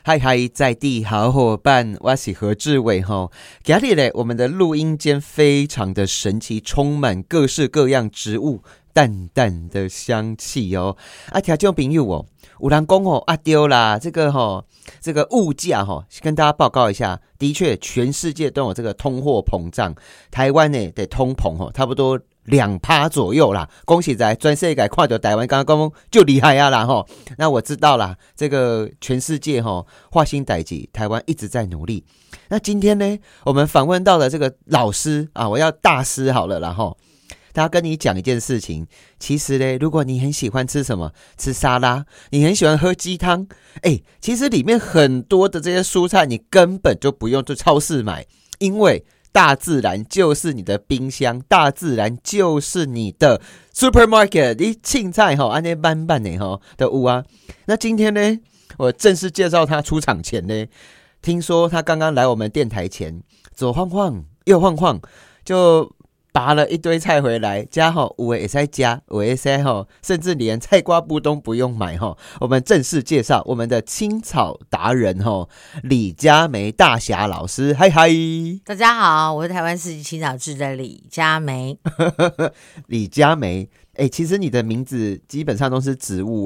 嗨嗨，在地好伙伴，我是何志伟吼。今日咧，我们的录音间非常的神奇，充满各式各样植物淡淡的香气哦。听众朋友哦，有人讲哦，对啦，这个物价跟大家报告一下，的确，全世界都有这个通货膨胀，台湾呢的通膨差不多2%左右啦，恭喜在全世界看到台湾刚刚讲就厉害啦吼。那我知道啦，这个全世界化新代志，台湾一直在努力。那今天呢，我们访问到了这个老师啊，我要大师好了啦吼。他跟你讲一件事情，其实呢，如果你很喜欢吃什么，吃沙拉，你很喜欢喝鸡汤，其实里面很多的这些蔬菜，你根本就不用去超市买，因为大自然就是你的冰箱，大自然就是你的 supermarket。你青菜按那慢慢的的有啊。那今天呢，我正式介绍他出场前呢，听说他刚刚来我们电台前，左晃晃右晃晃，就拔了一堆菜回来，加有的也可以加，有的也可以甚至连菜瓜布都不用买我们正式介绍我们的青草达人李佳梅大侠老师，嗨嗨！ 大家好，我是台湾四季青草志的李佳梅。 李佳梅，其实你的名字基本上都是植物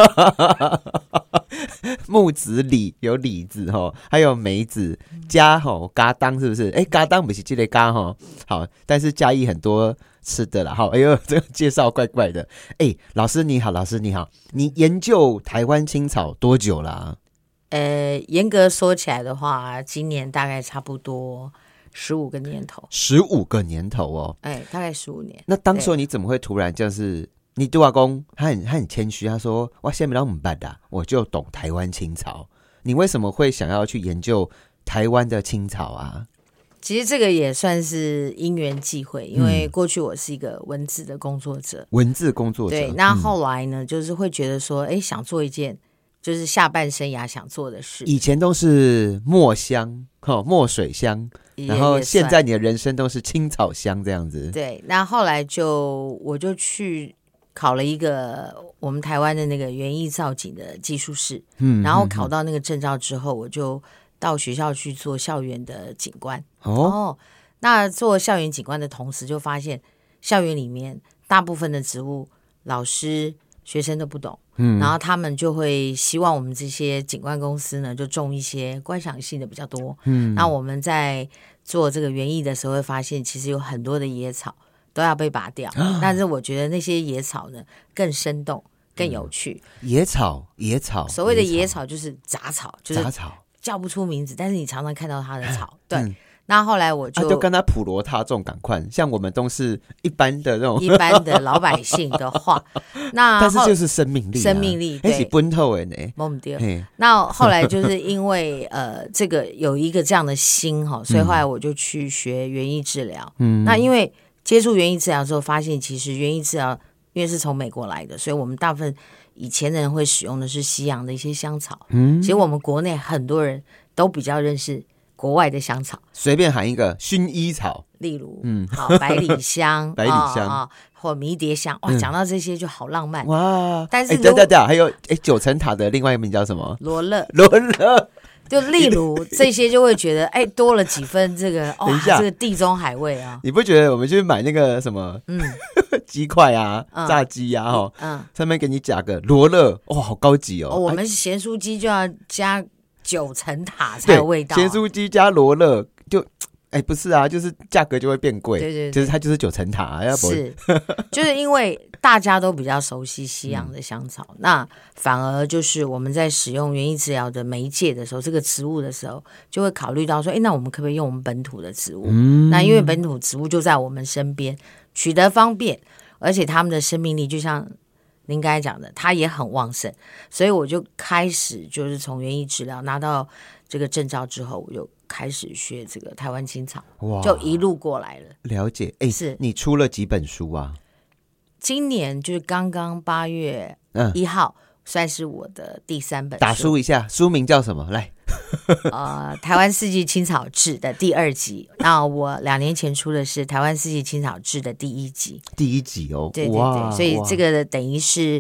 木子李有李字还有梅子加嘎当是不是？嘎当不是这个嘎好，但是嘉义很多吃的啦哎呦，这个介绍怪怪的。老师你好，你研究台湾青草多久啦？ 严格说起来的话，今年大概差不多15个年头。 15个年头哦？ 大概15年。 那当时你怎么会突然就是你对我说他很谦虚，他说我现在都不办的，我就懂台湾青草。你为什么会想要去研究台湾的青草啊？ 其实这个也算是因缘际会，因为过去我是一个文字的工作者，对，那后来呢，就是会觉得说，想做一件就是下半生涯想做的事。 以前都是墨香墨水香，然后现在你的人生都是青草香这样子。 对，那后来我就去考了一个我们台湾的那个园艺造景的技术士，然后考到那个证照之后，我就到学校去做校园的景观。那做校园景观的同时，就发现校园里面大部分的植物，老师、学生都不懂，然后他们就会希望我们这些景观公司呢，就种一些观赏性的比较多。那我们在做这个园艺的时候，会发现其实有很多的野草都要被拔掉，但是我觉得那些野草呢更生动、更有趣。 野草， 所谓的野草就是杂草，就是叫不出名字，但是你常常看到它的草。对，那后来我就跟他普罗大众赶快，像我们都是一般的那种一般的老百姓的话，那但是就是生命力， 对， 是奔透的呢。 那后来就是因为这个有一个这样的心所以后来我就去学园艺治疗。那因为接触园艺治疗之后，发现其实园艺治疗因为是从美国来的，所以我们大部分以前的人会使用的是西洋的一些香草。其实我们国内很多人都比较认识国外的香草， 随便喊一个薰衣草， 例如百里香或迷迭香。哇，讲到这些就好浪漫哇！但是对，还有九层塔的另外一个名叫什么？ 罗勒。就例如这些就会觉得多了几分这个这个地中海味啊。 你不觉得我们去买那个什么鸡块啊炸鸡啊上面给你加个罗勒，好高级哦。 我们咸酥鸡就要加9层塔才有味道。 咸酥鸡加罗勒就不是啊，就是价格就会变贵。 对， 就是它就是9层塔是就是因为大家都比较熟悉西洋的香草，那反而就是我们在使用园艺治疗的媒介的时候，这个植物的时候，就会考虑到说，那我们可不可以用我们本土的植物？那因为本土植物就在我们身边，取得方便，而且他们的生命力就像您刚才讲的，它也很旺盛，所以我就开始就是从园艺治疗拿到这个证照之后，我就开始学这个台湾青草，就一路过来了。 了解， 是你出了几本书啊？ 今年就是刚刚8月1号，算是我的第3本书。 打书一下，书名叫什么？来， 台湾四季青草志的第2集。那我2年前出的是台湾四季青草志的第1集。 第1集哦， 对，所以这个等于是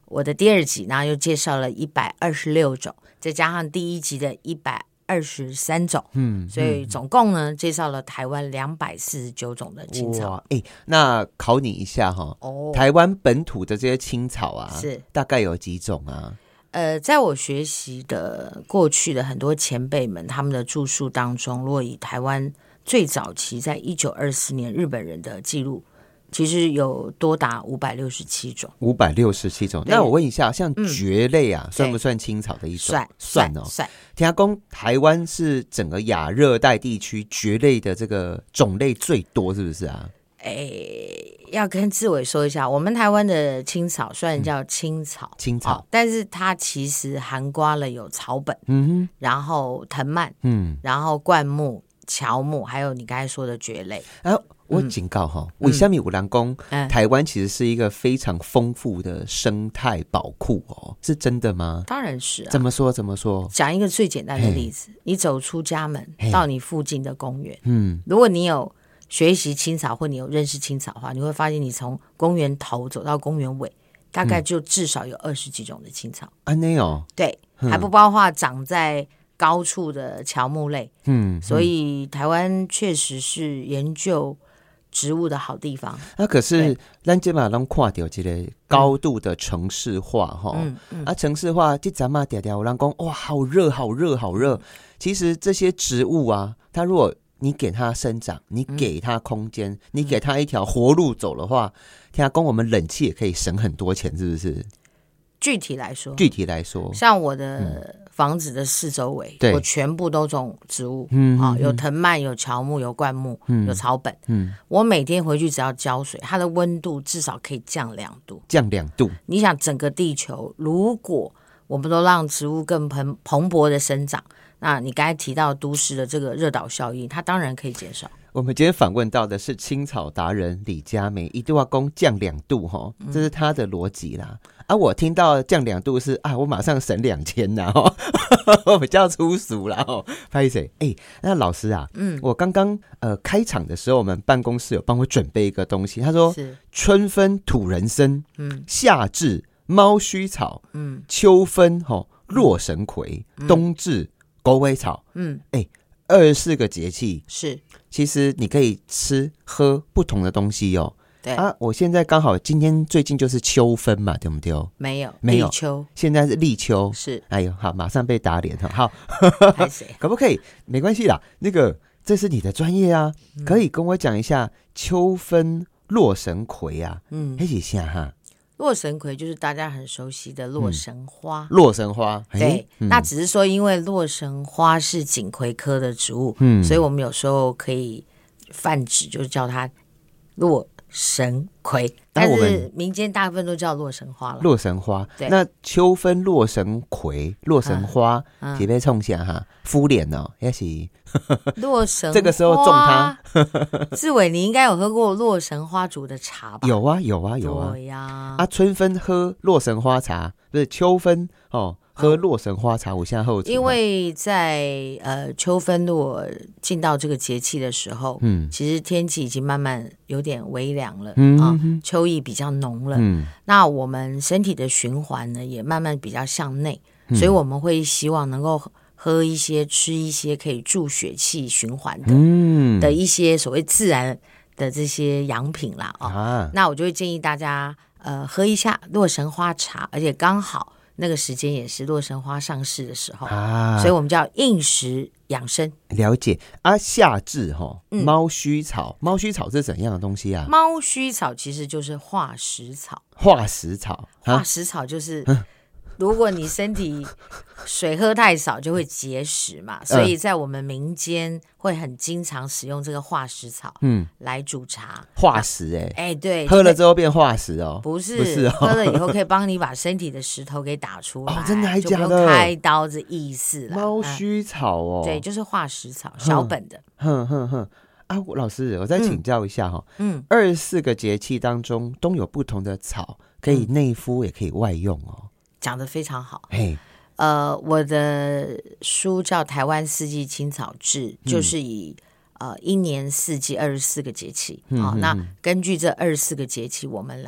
我的第2集，然后又介绍了126种，再加上第1集的123种，所以总共呢介绍了台湾249种的青草。 哇，那考你一下台湾本土的这些青草啊， 是大概有几种啊？ 在我学习的过去的很多前辈们他们的著述当中，如果以台湾最早期在1924年日本人的记录，其实有多达567种。 567种。那我问一下，像蕨类啊，算不算青草的一种？算哦。听说台湾是整个亚热带地区蕨类的这个种类最多，是不是啊？ 要跟志伟说一下，我们台湾的青草虽然叫青草，但是它其实涵盖了有草本，然后藤蔓，然后灌木、乔木，还有你刚才说的蕨类。 我警告为什么有人说台湾其实是一个非常丰富的生态宝库是真的吗？ 当然是啊。 怎么说？讲一个最简单的例子，你走出家门到你附近的公园，如果你有学习青草或你有认识青草的话，你会发现你从公园头走到公园尾，大概就至少有20几种的青草。对，还不包括长在高处的乔木类。所以台湾确实是研究植物的好地方。 可是咱这嘛拢看到这个高度的城市化城市化这咱嘛条条有人说哇好热好热好热，其实这些植物啊，它如果你给它生长，你给它空间，你给它一条活路走的话，听说我们冷气也可以省很多钱，是不是？ 具体来说，像我的房子的四周围，我全部都种植物，有藤蔓、有乔木、有灌木、有草本。我每天回去只要浇水，它的温度至少可以降2度。 降2度， 你想整个地球，如果我们都让植物更蓬勃的生长，那你刚才提到都市的这个热岛效应，它当然可以减少。 我们今天访问到的是青草达人李佳梅，一定要说降2度这是他的逻辑啦。我听到降2度是我马上省2000啦我比较粗俗啦不好意思。那老师啊，我刚刚开场的时候，我们办公室有帮我准备一个东西，他说春分土人参，夏至猫须草，秋分洛神葵，冬至狗尾草，24个节气是， 其实你可以吃喝不同的东西对我现在刚好今天最近就是秋分嘛，对不对？ 没有立秋， 现在是立秋， 是。 哎呦，好，马上被打脸好可不可以？没关系啦，那个这是你的专业啊，可以跟我讲一下秋分洛神葵啊，那是啥哈？ 洛神葵就是大家很熟悉的洛神花， 洛神花， 对，那只是说因为洛神花是锦葵科的植物，所以我们有时候可以泛指，就是叫它洛神葵，但是民间大部分都叫洛神花了。 洛神花，那秋分洛神葵、洛神花，也被冲下哈，敷脸也是洛神花。 这个时候种它， 志伟，你应该有喝过洛神花煮的茶吧？ 有啊。对呀，春分喝洛神花茶，不是秋分喝洛神花茶，我现在喝。 因为在秋分如果进到这个节气的时候，其实天气已经慢慢有点微凉了，秋意比较浓了，那我们身体的循环呢也慢慢比较向内，所以我们会希望能够喝一些、吃一些可以助血气循环的一些所谓自然的这些养品啦那我就会建议大家喝一下洛神花茶，而且刚好那个时间也是洛神花上市的时候所以我们叫应时养生。 了解夏至猫须草，猫须草是怎样的东西啊？ 猫须草其实就是化石草。 化石草就是如果你身体水喝太少就会结石嘛，所以在我们民间会很经常使用这个化石草来煮茶。 化石对， 喝了之后变化石不是喝了以后可以帮你把身体的石头给打出来真的还假的？ 就不用开刀这意思啦。 猫须草对，就是化石草，小本的。 老师，我再请教一下24个节气当中都有不同的草，可以内敷也可以外用讲得非常好。我的书叫《台湾四季青草志》，就是以1年4季24个节气那根据这24个节气，我们来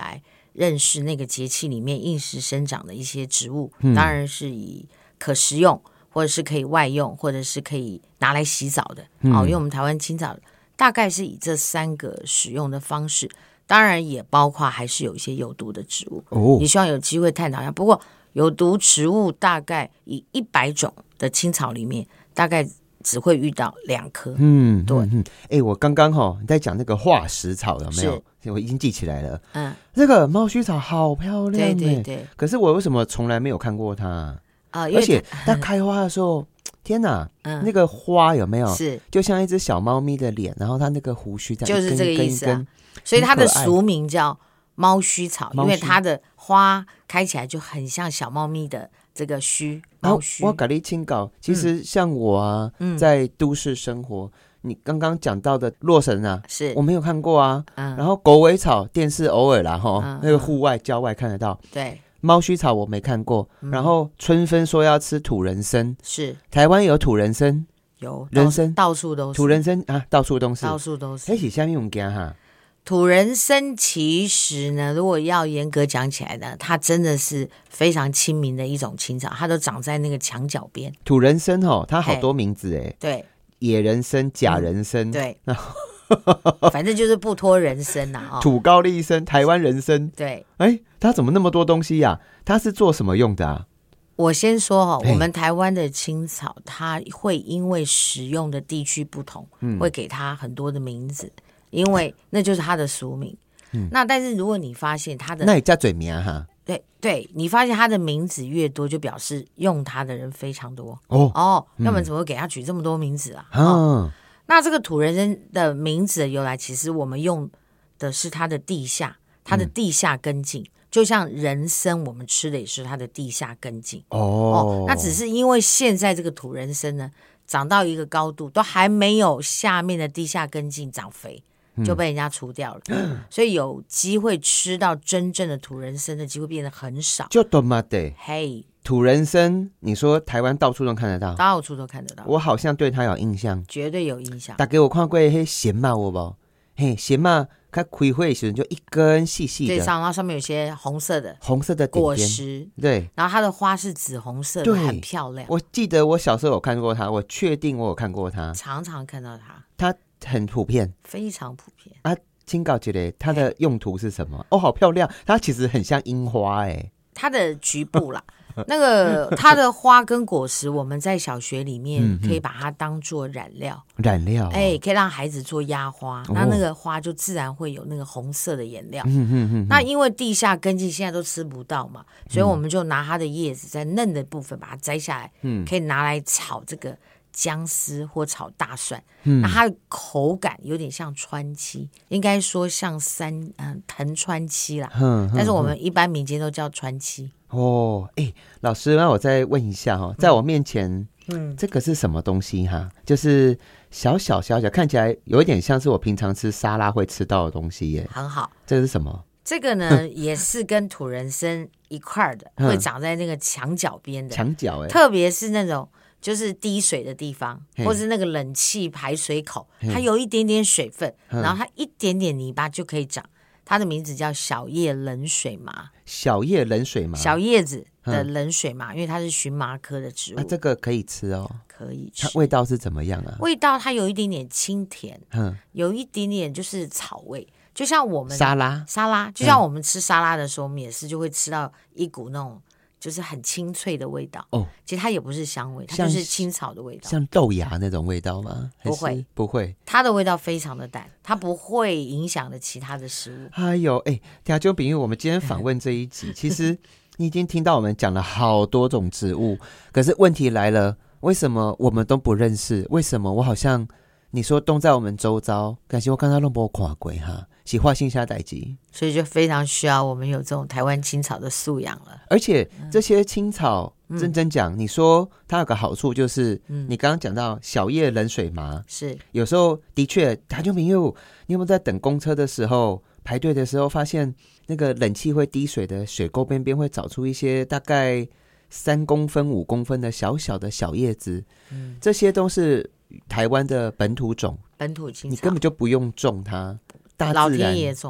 认识那个节气里面应时生长的一些植物，当然是以可食用，或者是可以外用，或者是可以拿来洗澡的。因为我们台湾青草大概是以这3个使用的方式，当然也包括还是有一些有毒的植物。也希望有机会探讨一下。不过有毒植物大概以100种的青草里面，大概只会遇到2颗。 对。我刚刚你在讲那个化石草有没有？我已经记起来了。这个猫须草好漂亮。对。可是我为什么从来没有看过它？而且它开花的时候，天哪，那个花有没有是就像一只小猫咪的脸，然后它那个胡须在就是这个意思啊。所以它的俗名叫猫须草，因为它的花开起来就很像小猫咪的这个须。猫须。 我跟你请教，其实像我啊，在都市生活，你刚刚讲到的洛神啊，是我没有看过啊。然后狗尾草电视偶尔啦那个户外郊外看得到。 对。 猫须草我没看过，然后春分说要吃土人参， 是台湾有土人参， 有人参到处都是土人参啊，到处都是， 到处都是。 那是什么东西哈？ 土人参其实呢，如果要严格讲起来呢，它真的是非常亲民的一种青草，它都长在那个墙角边。 土人参它好多名字哎， 对， 野人参、假人参， 对。反正就是不脱人参啊， 土高丽参、台湾人参， 对， 它怎么那么多东西呀？它是做什么用的啊？ 我先说我们台湾的青草，它会因为使用的地区不同，会给它很多的名字，因为那就是它的俗名。那但是如果你发现它的， 那也叫嘴名哈。 对，你发现它的名字越多，就表示用它的人非常多要不然怎么会给它取这么多名字啊？那这个土人参的名字的由来，其实我们用的是它的地下根茎，就像人参我们吃的也是它的地下根茎。那只是因为现在这个土人参呢，长到一个高度，都还没有下面的地下根茎长肥，就被人家除掉了，所以有机会吃到真正的土人参的机会变得很少。 就多嘛的，土人参，你说台湾到处都看得到， 到处都看得到。 我好像对它有印象， 绝对有印象。 大家有看过那咸麻有没有？咸麻它开会的时候就一根细细的， 对，然后上面有些红色的果实， 对， 然后它的花是紫红色的，很漂亮。 我记得我小时候有看过它，我确定我有看过它， 常常看到它很普遍， 非常普遍啊。请教一下它的用途是什么？好漂亮，它其实很像樱花它的局部啦。那个它的花跟果实，我们在小学里面可以把它当做染料，可以让孩子做压花，那个花就自然会有那个红色的颜料。那因为地下根茎现在都吃不到嘛，所以我们就拿它的叶子在嫩的部分把它摘下来，可以拿来炒这个姜丝或炒大蒜。那它的口感有点像川七，应该说像藤川七啦，但是我们一般民间都叫川七。 老师，那我再问一下在我面前，这个是什么东西哈？就是小小，看起来有一点像是我平常吃沙拉会吃到的东西耶。很好，这个是什么？ 这个呢也是跟土人参一块的，会长在那个墙角边的。 墙角特别是那种就是滴水的地方，或是那个冷气排水口，它有一点点水分，然后它一点点泥巴就可以长。它的名字叫小叶冷水麻。 小叶冷水麻， 小叶子的冷水麻，因为它是荨麻科的植物。 这个可以吃哦？ 可以吃。 它味道是怎么样啊？ 味道它有一点点清甜，有一点点就是草味，就像我们沙拉， 就像我们吃沙拉的时候，我们也是就会吃到一股那种就是很清脆的味道。其实它也不是香味，它就是青草的味道。 像豆芽那种味道吗？不会， 它的味道非常的淡，它不会影响的其他的食物。 听众朋友，我们今天访问这一集，其实你已经听到我们讲了好多种植物，可是问题来了，为什么我们都不认识？为什么我好像你说都在我们周遭，但是我看到都没看过哈？是发生啥代志？ 所以就非常需要我们有这种台湾青草的素养了。 而且这些青草，认真讲，你说它有个好处就是，你刚刚讲到小叶冷水麻， 是有时候的确，它就没有。你有没有在等公车的时候排队的时候，发现那个冷气会滴水的水沟边边会找出一些大概3公分、5公分的小小的小叶子，这些都是台湾的本土种， 本土青草， 你根本就不用种它。大自然老天爷种的，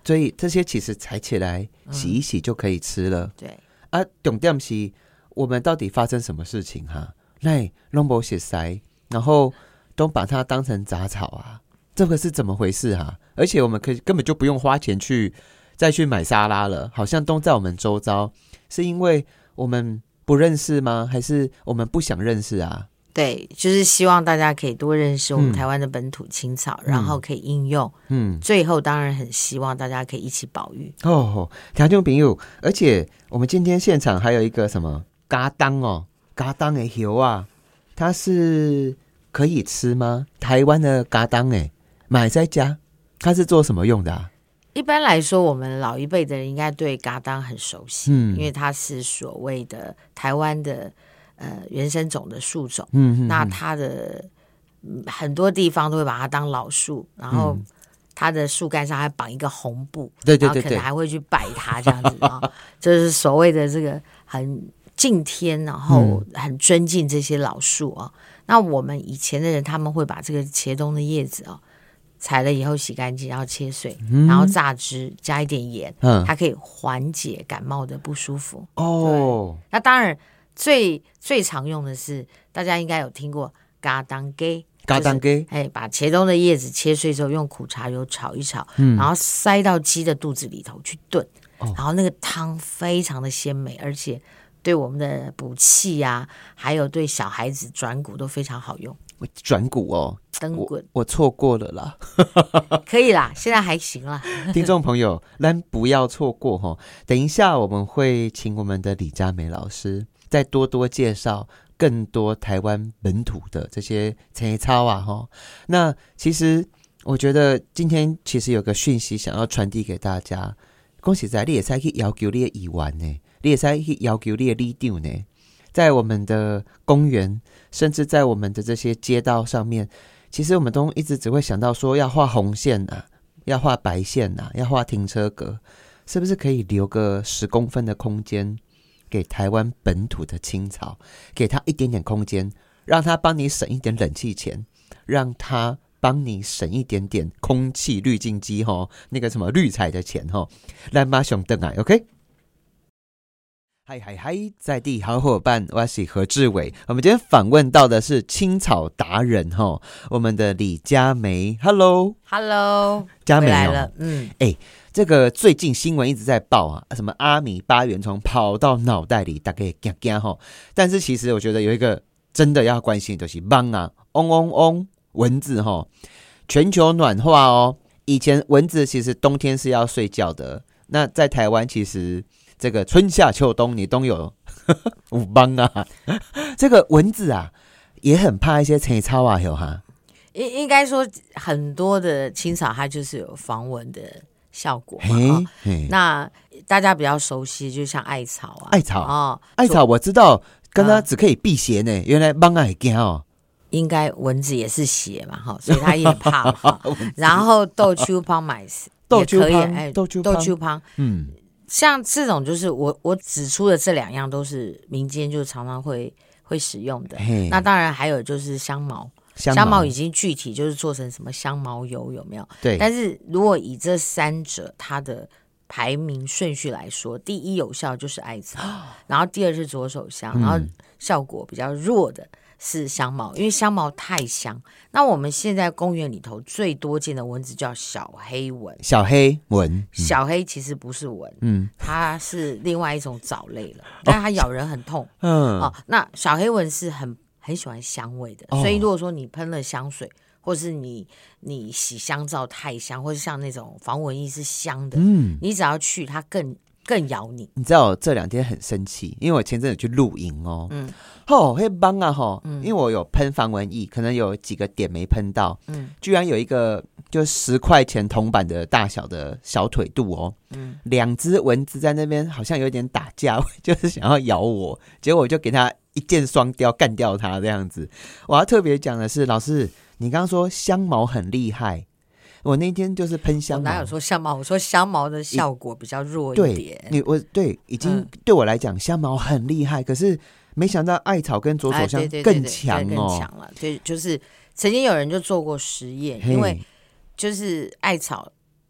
所以这些其实采起来洗一洗就可以吃了。 对啊，重点是我们到底发生什么事情哈？那弄不写塞，然后都把它当成杂草啊，这个是怎么回事啊？而且我们根本就不用花钱再去买沙拉了，好像都在我们周遭，是因为我们不认识吗？还是我们不想认识啊？ 对，就是希望大家可以多认识我们台湾的本土青草，然后可以应用。最后当然很希望大家可以一起保育。 听众朋友，而且我们今天现场还有一个什么嘎当哦，嘎当的油啊，它是可以吃吗？台湾的嘎当买在家，它是做什么用的啊？ 一般来说，我们老一辈的人应该对嘎当很熟悉，因为它是所谓的台湾的原生种的树种。那它的很多地方都会把它当老树，然后它的树干上还绑一个红布， 对， 然后可能还会去拜它这样子啊，就是所谓的这个很敬天，然后很尊敬这些老树啊。那我们以前的人他们会把这个茄冬的叶子采了以后洗干净，然后切碎，然后榨汁，加一点盐，它可以缓解感冒的不舒服。那当然最常用的是大家应该有听过嘎当鸡， 嘎当鸡， 把茄冬的叶子切碎之后用苦茶油炒一炒，然后塞到鸡的肚子里头去炖，然后那个汤非常的鲜美，而且对我们的补气啊，还有对小孩子转骨都非常好用。 转骨灯滚我错过了啦。 可以啦，现在还行啦。 听众朋友咱不要错过等一下我们会请我们的李佳美老师再多多介绍更多台湾本土的这些青草啊那其实我觉得今天其实有个讯息想要传递给大家，说实在你也可以去要求你的议员呢，你也可以去要求你的里长呢，在我们的公园甚至在我们的这些街道上面，其实我们都一直只会想到说要画红线啊，要画白线啊，要画停车格，是不是可以留个10公分的空间给台湾本土的青草，给他一点点空间，让他帮你省一点冷气钱，让他帮你省一点点空气滤净机那个什么滤材的钱咱马上回来 OK。嗨，在地好伙伴，我是何志伟。我们今天访问到的是青草达人我们的李佳梅。Hello， 佳梅回来了。 这个最近新闻一直在报啊，什么阿米巴原虫跑到脑袋里，大概惊惊但是其实我觉得有一个真的要关心的就是蚊啊，嗡嗡嗡，蚊子全球暖化以前蚊子其实冬天是要睡觉的，那在台湾其实这个春夏秋冬你都有蚊啊，这个蚊子啊也很怕一些青草啊应该说很多的青草它就是有防蚊的效果那大家比较熟悉就像艾草啊， 艾草我知道跟它只可以辟邪呢，原来蚊啊会怕应该蚊子也是邪嘛所以它也怕然后豆秋芳买也可以豆秋芳像这种就是我指出的这2样都是民间就常常会使用的。那当然还有就是香茅已经具体就是做成什么香茅油有没有？ 对。 但是如果以这3者它的排名顺序来说，第一有效就是艾草，然后第2是左手香，然后效果比较弱的是香茅，因为香茅太香。那我们现在公园里头最多见的蚊子叫小黑蚊。 小黑蚊， 小黑其实不是蚊，它是另外一种藻类了，但它咬人很痛。那小黑蚊是很喜欢香味的，所以如果说你喷了香水，或是你洗香皂太香，或是像那种防蚊液是香的，你只要去它更咬你。 你知道我这2天很生气，因为我前阵子去露营那蚊啊因为我有喷防蚊液，可能有几个点没喷到，居然有一个就10块钱铜板的大小的小腿肚2只蚊子在那边好像有点打架，就是想要咬我，结果我就给它一箭双雕干掉它这样子。我要特别讲的是，老师你刚刚说香茅很厉害，我那天就是喷香茅。 我哪有说香茅？我说香茅的效果比较弱一点。 对，已经对我来讲香茅很厉害，可是没想到艾草跟左手香更强更强了。对，就是曾经有人就做过实验，因为就是艾草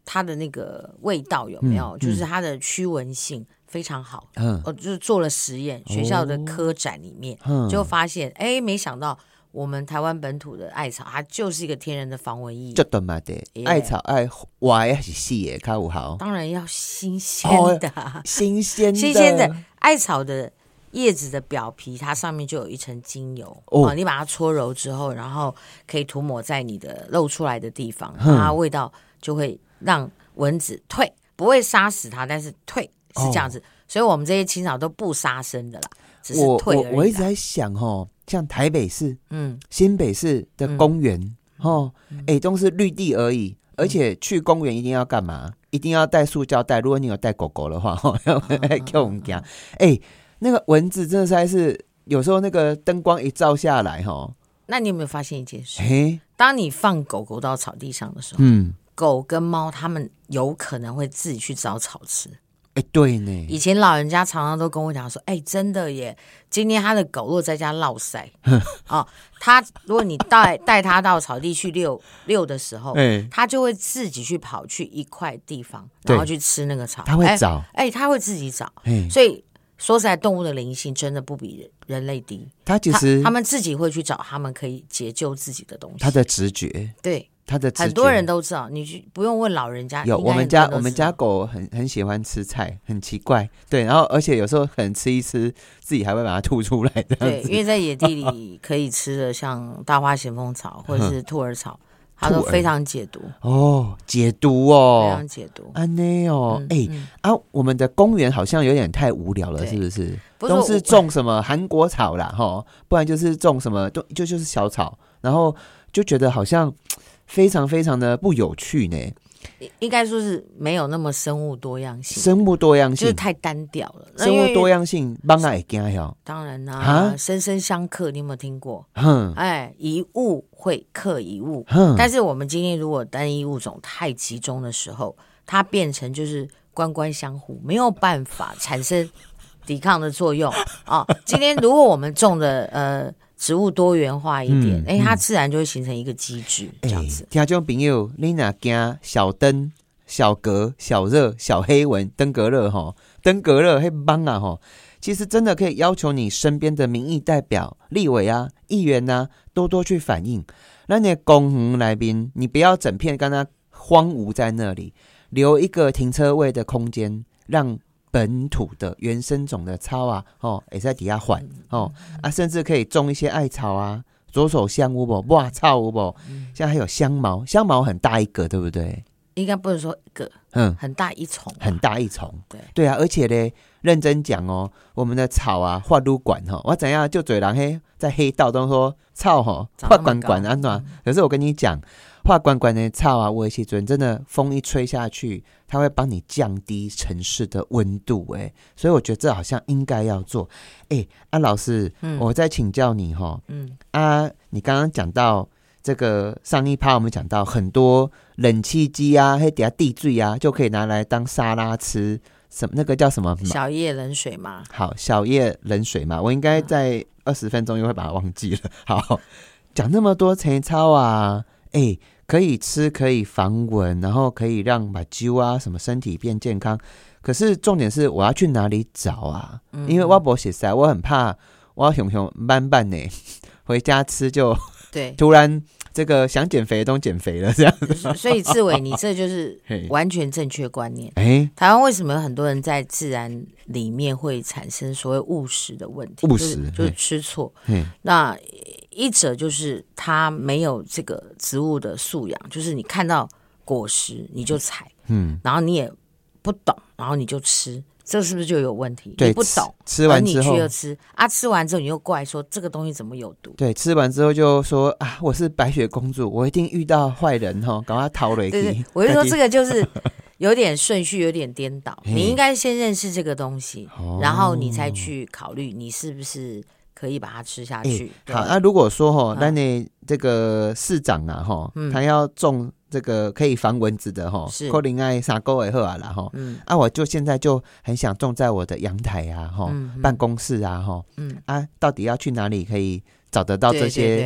它的那个味道有没有，就是它的驱蚊性非常好。就是做了实验，学校的科展里面就发现，没想到我们台湾本土的艾草，它就是一个天然的防蚊液。 这段嘛的，艾草爱活的还是死的较有效？ 当然要新鲜的， 新鲜的艾草的叶子的表皮，它上面就有一层精油你把它搓揉之后，然后可以涂抹在你的露出来的地方，它味道就会让蚊子退，不会杀死它，但是退是这样子。所以我们这些青草都不杀生的啦，只是退而已啦。 我一直在想像台北市、新北市的公园都是绿地而已，而且去公园一定要干嘛？一定要带塑胶袋，如果你有带狗狗的话叫我们讲那个蚊子真的实在是有时候那个灯光一照下来那你有没有发现一件事？当你放狗狗到草地上的时候，狗跟猫它们有可能会自己去找草吃。 对呢， 以前老人家常常都跟我讲说，真的耶，今天他的狗如果在家落晒他如果你带他到草地去遛的时候，他就会自己去跑去一块地方，然后去吃那个草。 他会找， 他会自己找。所以说实在，动物的灵性真的不比人类低。他们自己会去找他们可以解救自己的东西。他的直觉，对。很多人都知道，你不用问老人家。我们家狗很喜欢吃菜，很奇怪，对，然后而且有时候可能吃一吃，自己还会把它吐出来这样子。对，因为在野地里可以吃的，像大花咸丰草或者是兔儿草，它都非常解毒解毒非常解毒。安内我们的公园好像有点太无聊了，是不是？都是种什么韩国草啦，不然就是种什么就是小草，然后就觉得好像非常非常的不有趣呢。应该说是没有那么生物多样性，就是太单调了。生物多样性帮他会惊哟。当然啦，生生相克，你有没有听过？一物会克一物。但是我们今天如果单一物种太集中的时候，它变成就是官官相护，没有办法产生抵抗的作用今天如果我们种的植物多元化一点，它自然就会形成一个机制，这样子。听众朋友，你若惊小灯、小格、小热、小黑蚊、登革热登革热那帮其实真的可以要求你身边的民意代表、立委啊、议员啊，多多去反映。那你的公园来宾，你不要整片跟它荒芜在那里，留一个停车位的空间，让本土的原生种的草也在底下缓甚至可以种一些艾草啊、左手香有没？哇草有没？现在还有香茅，香茅很大一个，对不对？应该不能说一个，很大一丛，很大一丛。对啊，而且呢，认真讲我们的草啊，化撸管我怎样就嘴人在黑道都说草化管管安怎？可是我跟你讲，化管管的草啊，我的时阵真的风一吹下去，它会帮你降低城市的温度所以我觉得这好像应该要做。老师，我再请教你你刚刚讲到这个上一趴我们讲到很多冷气机啊，底下地水啊，就可以拿来当沙拉吃。什么那个叫什么小叶冷水嘛？好，小叶冷水嘛，我应该在20分钟又会把它忘记了。好，讲那么多青草啊，可以吃，可以防蚊，然后可以让目睭啊什么身体变健康。可是重点是我要去哪里找啊？因为我不识识，我很怕我熊熊慢慢呢回家吃就对，突然这个想减肥都减肥了这样子。所以志伟，你这就是完全正确观念。台湾为什么有很多人在自然里面会产生所谓误食的问题？误食就是吃错。那一者就是他没有这个植物的素养，就是你看到果实你就采，然后你也不懂，然后你就吃。这是不是就有问题？你不懂，吃完之后你去又吃吃完之后你又怪说这个东西怎么有毒？对，吃完之后就说我是白雪公主，我一定遇到坏人赶快逃离。对，我就说这个就是有点顺序有点颠倒。你应该先认识这个东西，然后你再去考虑你是不是可以把它吃下去。好，如果说那你这个市长他要种这个可以防蚊子的可能要3个月好啊啦我就现在就很想种在我的阳台啊办公室啊到底要去哪里可以找得到这些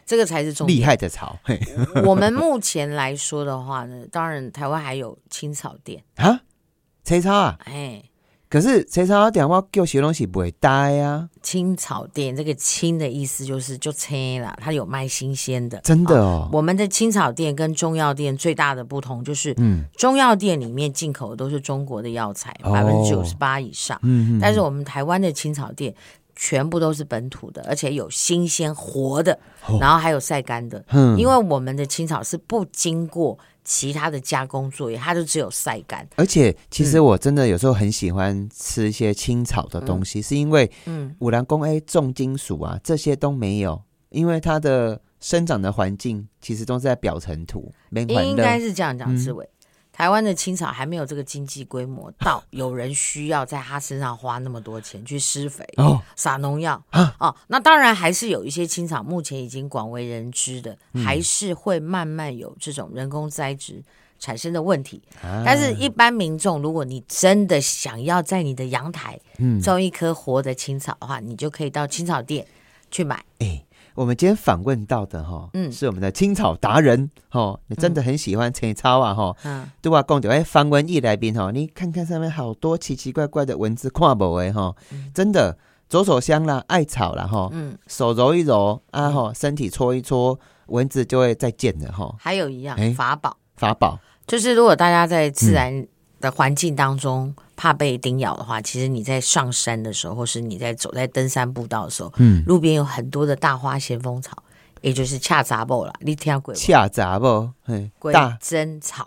这个才是重点。 厉害的草。 我们目前来说的话呢，当然台湾还有青草店啊，青草啊，可是青草店我叫小东西不会呆啊。 青草店这个青的意思就是就青啦，它有卖新鲜的， 真的哦。 我们的青草店跟中药店最大的不同就是，中药店里面进口的都是中国的药材，98%以上，但是我们台湾的青草店全部都是本土的，而且有新鲜活的，然后还有晒干的，因为我们的青草是不经过其他的加工作业，它就只有晒干。 而且其实我真的有时候很喜欢吃一些青草的东西，是因为有人说重金属啊，这些都没有，因为它的生长的环境其实都是在表层土， 应该是这样讲，志伟。台湾的青草还没有这个经济规模到有人需要在他身上花那么多钱去施肥、撒农药那当然还是有一些青草目前已经广为人知的，还是会慢慢有这种人工栽植产生的问题。但是一般民众，如果你真的想要在你的阳台种一棵活的青草的话，你就可以到青草店去买。 我们今天访问到的是我们的青草达人你真的很喜欢青草啊对我讲就方文艺来宾你看看上面好多奇奇怪怪的文字，看不的真的左手香啦，艾草啦手揉一揉身体搓一搓，蚊子就会再见了还有一样法宝，就是如果大家在自然的环境当中怕被叮咬的话，其实你在上山的时候，或是你在走在登山步道的时候，路边有很多的大花咸丰草，也就是恰杂布啦，你听过？ 恰杂布， 鬼针草，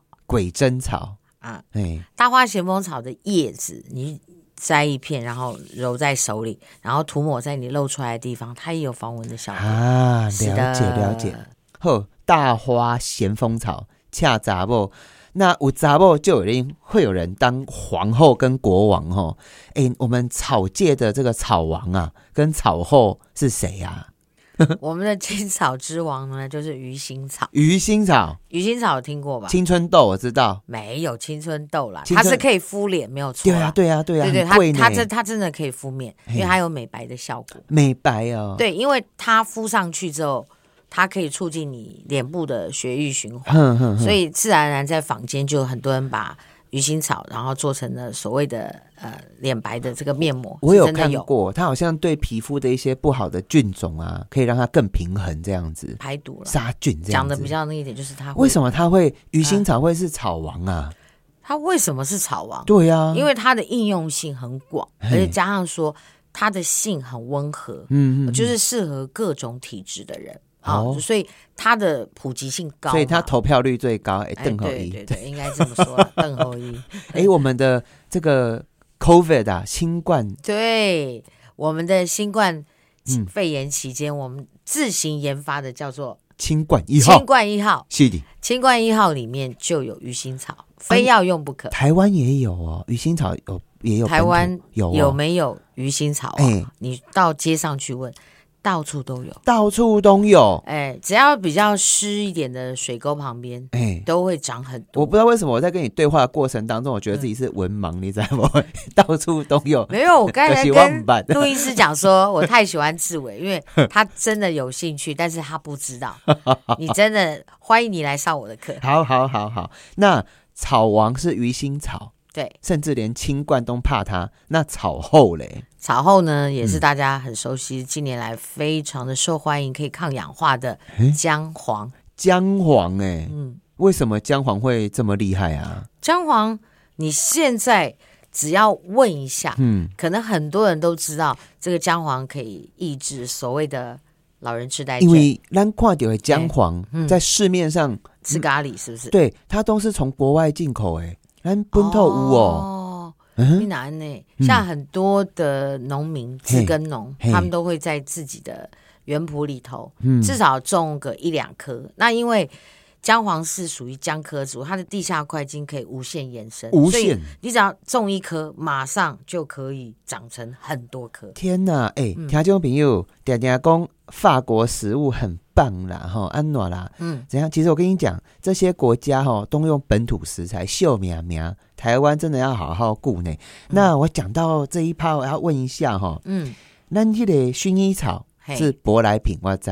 大花咸丰草的叶子，你摘一片，然后揉在手里，然后涂抹在你露出来的地方，它也有防蚊的效果啊。了解。好，大花咸丰草，恰杂布。那有查某就会有人当皇后跟国王我们草界的这个草王啊跟草后是谁啊？ 我们的青草之王呢就是鱼腥草。 鱼腥草有听过吧？ 青春痘我知道。 没有青春痘啦，它是可以敷脸，没有错啦。 对啊它真的可以敷面，因为它有美白的效果。 美白哦。 对，因为它敷上去之后，它可以促进你脸部的血液循环，所以自然而然在坊间就有很多人把鱼腥草然后做成了所谓的脸白的这个面膜。 我有看过，它好像对皮肤的一些不好的菌种啊，可以让它更平衡，这样子排毒了， 杀菌这样子。 讲的比较那一点就是它为什么它会鱼腥草会是草王啊？ 它为什么是草王？ 对啊， 因为它的应用性很广，而且加上说它的性很温和，就是适合各种体质的人。所以它的普及性高， 所以它投票率最高。邓厚一， 对，应该这么说。邓厚一， 我们的这个 COVID 啊，新冠， 对，我们的新冠肺炎期间，我们自行研发的叫做清冠1号， 清冠1号是的， 清冠1号里面就有鱼腥草，非要用不可。 台湾也有鱼腥草也有， 台湾有没有鱼腥草你到街上去问。到处都有，只要比较湿一点的水沟旁边，都会长很多。 我不知道为什么我在跟你对话的过程当中，我觉得自己是文盲，你知道吗？到处都有。 没有，我刚才跟录音师讲说，我太喜欢志伟，因为他真的有兴趣，但是他不知道。你真的欢迎你来上我的课。 好，那草王是鱼腥草。 对， 甚至连清冠都怕它。那草后嘞？ 草后呢，也是大家很熟悉，近年来非常的受欢迎，可以抗氧化的姜黄。 姜黄为什么姜黄会这么厉害啊？ 姜黄，你现在只要问一下，可能很多人都知道，这个姜黄可以抑制所谓的老人痴呆症。 因为咱看到的姜黄在市面上吃咖喱是不是？ 对，它都是从国外进口咱本土有你哪呢？像很多的农民自耕农，他们都会在自己的园圃里头，至少种个1-2棵。那因为姜黄是属于姜科植物，它的地下块茎可以无限延伸，所以你只要种1棵，马上就可以长成很多棵。 天哪，听这种朋友常常讲法国食物很棒啦，安怎啦？怎样？其实我跟你讲，这些国家都用本土食材，秀苗苗。台湾真的要好好顾呢。那我讲到这一趴，我要问一下咱那个薰衣草是舶来品，我知。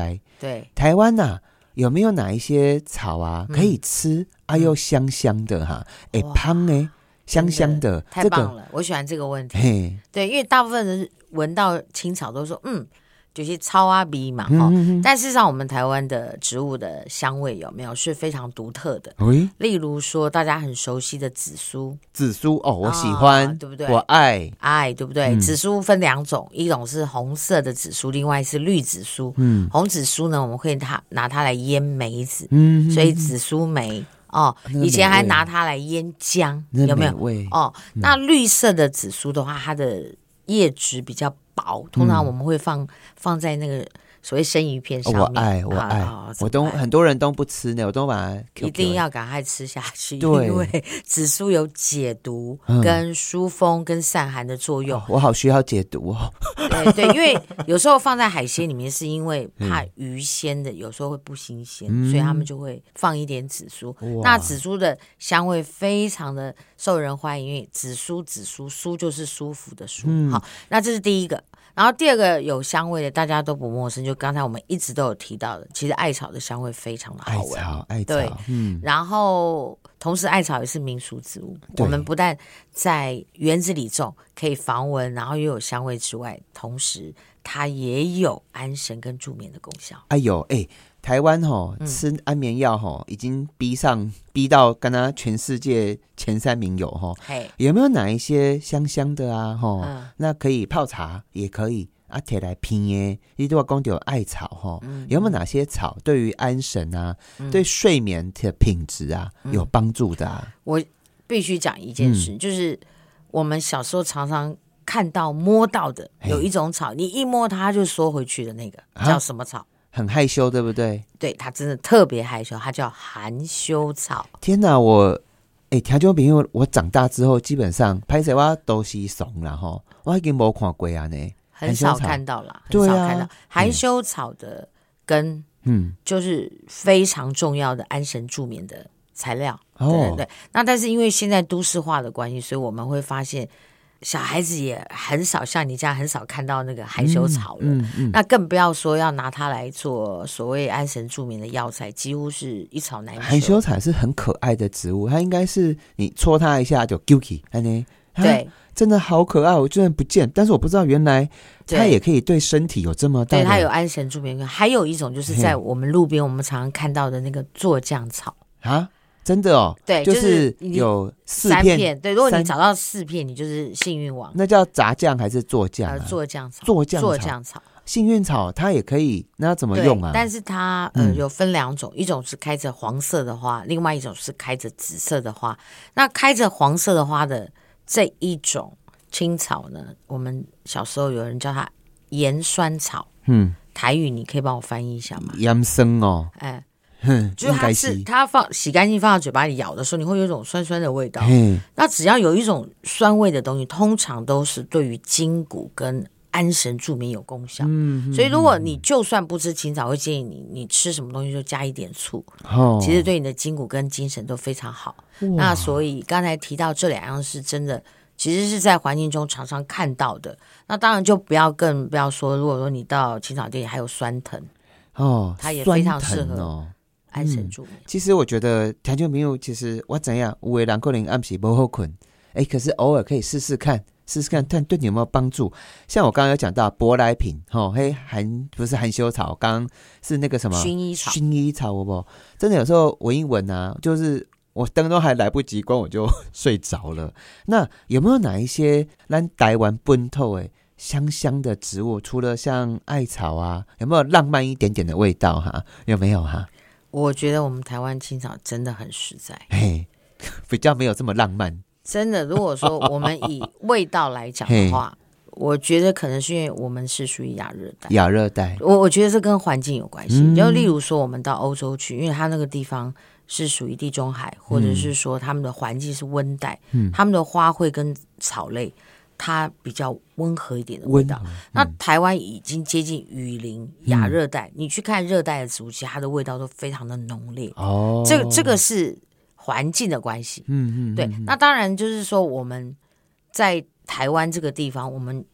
对， 台湾啊有没有哪一些草啊可以吃又香香的哈？香呢？香香的， 太棒了，我喜欢这个问题。对，因为大部分人闻到青草都说就是草啊味嘛，但事实上我们台湾的植物的香味有没有是非常独特的？例如说大家很熟悉的紫苏， 我喜欢， 对不对？ 我爱， 对不对？紫苏分2种，一种是红色的紫苏，另外是绿紫苏。红紫苏呢，我们会拿它来腌梅子，所以紫苏梅。以前还拿它来腌姜，有没有？那绿色的紫苏的话，它的叶质比较薄，通常我们会放在那个所谓生鱼片上面。 我爱，我都很多人都不吃呢，我都把它 QQ 一定要赶快吃下去，因为紫苏有解毒、跟疏风、跟散寒的作用。 我好需要解毒哦。 对，因为有时候放在海鲜里面，是因为怕鱼鲜的有时候会不新鲜，所以他们就会放一点紫苏。那紫苏的香味非常的受人欢迎，因为紫苏苏就是舒服的舒。好，那这是第一个。然后第二个有香味的大家都不陌生，就刚才我们一直都有提到的，其实艾草的香味非常的好闻。 艾草， 对，然后同时艾草也是民俗植物，我们不但在园子里种可以防蚊，然后又有香味之外，同时它也有安神跟助眠的功效。 台湾吃安眠药已经逼到跟他全世界前3名有有没有哪一些香香的啊那可以泡茶也可以摕来拼耶，你都要讲到艾草有没有哪些草对于安神啊对睡眠的品质啊有帮助的啊？ 我必须讲一件事，就是我们小时候常常看到摸到的有一种草，你一摸它就缩回去的那个叫什么草？ 很害羞对不对？ 对，它真的特别害羞，它叫含羞草。 天哪，听众朋友，我长大之后基本上拍摄我都是怂了我已经没看过啊呢， 很少看到啦，很少看到。含羞草的根就是非常重要的安神助眠的材料。对。那但是因为现在都市化的关系，所以我们会发现小孩子也很少像你这样很少看到那个含羞草了，那更不要说要拿它来做所谓安神助眠的药材，几乎是一草难求。 含羞草是很可爱的植物，它应该是你戳它一下就揪起，对，真的好可爱，我居然不见，但是我不知道原来它也可以对身体有这么大的。 对，它有安神助眠。还有一种就是在我们路边我们常常看到的那个坐酱草啊。真的对， 就是有 3片。对，如果你找到4片，你就是幸运王。 那叫杂酱还是做酱做酱草。 做酱草。幸运草它也可以，那要怎么用啊？ 但是它有分2种，一种是开着黄色的花，另外一种是开着紫色的花。那开着黄色的花的这一种青草呢，我们小时候有人叫它盐酸草。台语你可以帮我翻译一下吗？ 盐酸就是它洗干净放到嘴巴里咬的时候，你会有一种酸酸的味道。那只要有一种酸味的东西，通常都是对于筋骨跟安神助眠有功效。所以如果你就算不吃青草，会建议你吃什么东西就加一点醋。其实对你的筋骨跟精神都非常好。那所以刚才提到这2样是真的，其实是在环境中常常看到的。那当然就更不要说，如果说你到青草店里还有酸藤它也非常适合安神助眠。 其实我觉得听众朋友，其实我怎样，有的人可能暗时不好困，可是偶尔可以试试看，看对你有没有帮助。像我刚刚有讲到舶来品，不是含羞草，刚刚是那个什么薰衣草，好不好？真的有时候闻一闻啊，就是我灯都还来不及关，我就睡着了。那有没有哪一些咱台湾本土的香香的植物，除了像艾草啊，有没有浪漫一点点的味道有没有我觉得我们台湾青草真的很实在， 比较没有这么浪漫。 真的，如果说我们以味道来讲的话，我觉得可能是因为我们是属于亚热带。我觉得这跟环境有关系。就例如说，我们到欧洲去，因为它那个地方是属于地中海，或者是说他们的环境是温带，他们的花卉跟草类它比较温和一点的味道。那台湾已经接近雨林亚热带，你去看热带的植物，其实它的味道都非常的浓烈。这个是环境的关系。对。那当然就是说我们在台湾这个地方，我们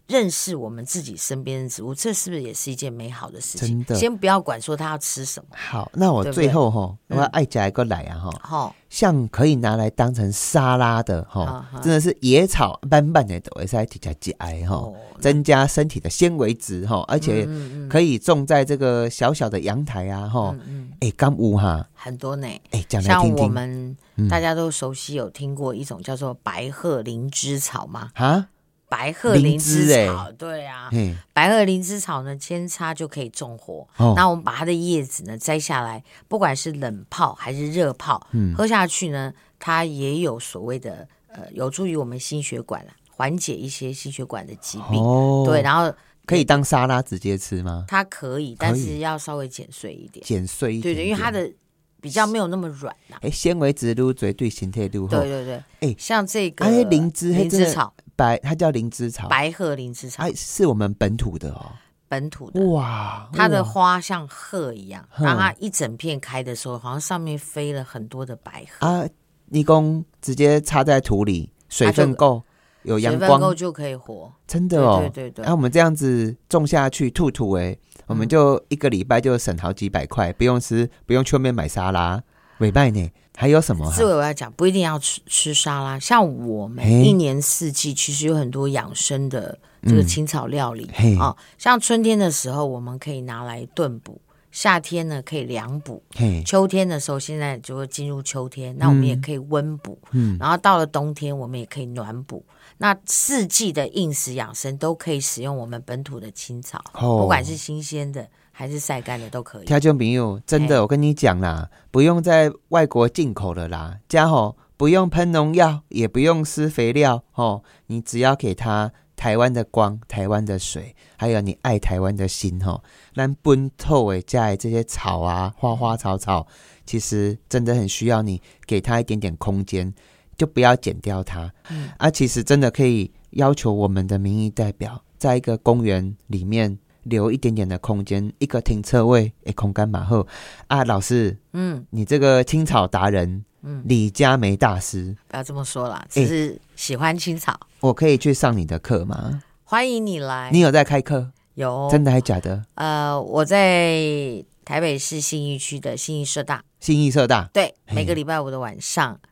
认识我们自己身边的植物，这是不是也是一件美好的事情？ 真的， 先不要管说他要吃什么。 好，那我最后我要爱加一个来啊像可以拿来当成沙拉的真的是野草慢慢的都会在底下加增加身体的纤维质而且可以种在这个小小的阳台啊刚有很多呢讲来听听。 像我们大家都熟悉有听过一种叫做白鹤灵芝草吗？白鹤灵芝草，对啊，白鹤灵芝草呢，扦插就可以种活。那我们把它的叶子呢摘下来，不管是冷泡还是热泡，喝下去呢，它也有所谓的有助于我们心血管缓解一些心血管的疾病。对，然后可以当沙拉直接吃吗？ 它可以，但是要稍微剪碎一点， 对对，因为它的比较没有那么软纤维质愈多对身体愈好。 对，像这个灵芝草它叫灵芝草， 白鹤灵芝草是我们本土的本土的哇， 它的花像鹤一样，当它一整片开的时候，好像上面飞了很多的白鹤你说直接插在土里，水分够，有阳光，水分够就可以活， 真的对。我们这样子种下去，吐我们就一个礼拜就省好几百块，不用去外面买沙拉，美拜呢。还有什么？ 我要讲，不一定要吃沙拉，像我们一年四季其实有很多养生的这个青草料理像春天的时候我们可以拿来炖补，夏天呢可以凉补，秋天的时候现在就会进入秋天，那我们也可以温补，然后到了冬天我们也可以暖补。那四季的应食养生都可以使用我们本土的青草，不管是新鲜的还是晒干的都可以。 听众朋友，真的我跟你讲啦，不用在外国进口的啦，家不用喷农药，也不用施肥料你只要给它台湾的光、台湾的水，还有你爱台湾的心咱本土的家的这些草啊、花花草草，其实真的很需要你给它一点点空间，就不要剪掉它其实真的可以要求我们的民意代表在一个公园里面留一点点的空间，一个停车位空间蛮好老师你这个青草达人李佳梅大师， 不要这么说啦，只是喜欢青草我可以去上你的课吗？ 欢迎你来。 你有在开课？ 有。 真的还假的？ 我在台北市信义区的信义社大。 信义社大？ 对，每个礼拜五的晚上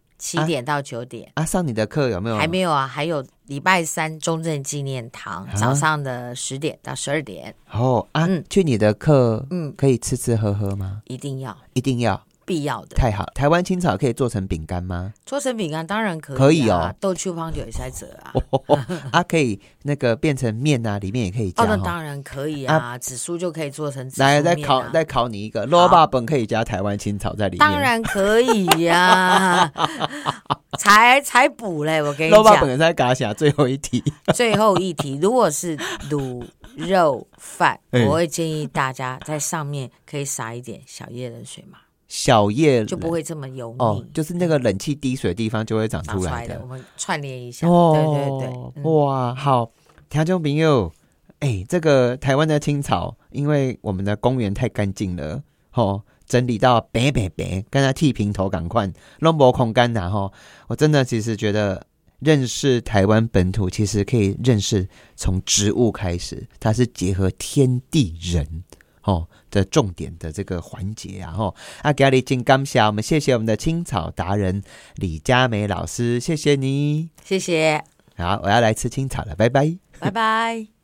7点到9点上你的课有没有？ 还没有还有礼拜三中正纪念堂早上的10点到12点去你的课可以吃喝喝吗？ 一定要必要的。 太好，台湾青草可以做成饼干吗？ 做成饼干当然可以可以豆秋芳就也在这可以那个变成面里面也可以加那当然可以紫苏就可以做成紫苏面来再考你一个，萝卜本可以加台湾青草在里面？ 当然可以才补嘞，我跟你讲。 萝卜本在嘎下最后一题如果是卤肉饭我会建议大家在上面可以撒一点小叶冷水嘛， 小叶就不会这么油腻就是那个冷气滴水的地方就会长出来的。 我们串联一下对哇，好，听众朋友这个台湾的青草因为我们的公园太干净了整理到白跟他剃平头赶快都没空间我真的其实觉得认识台湾本土其实可以认识从植物开始，它是结合天地人的重点的这个环节今天很感谢我们，谢谢我们的青草达人李佳梅老师，谢谢你。 谢谢。 好，我要来吃青草了，拜拜拜拜。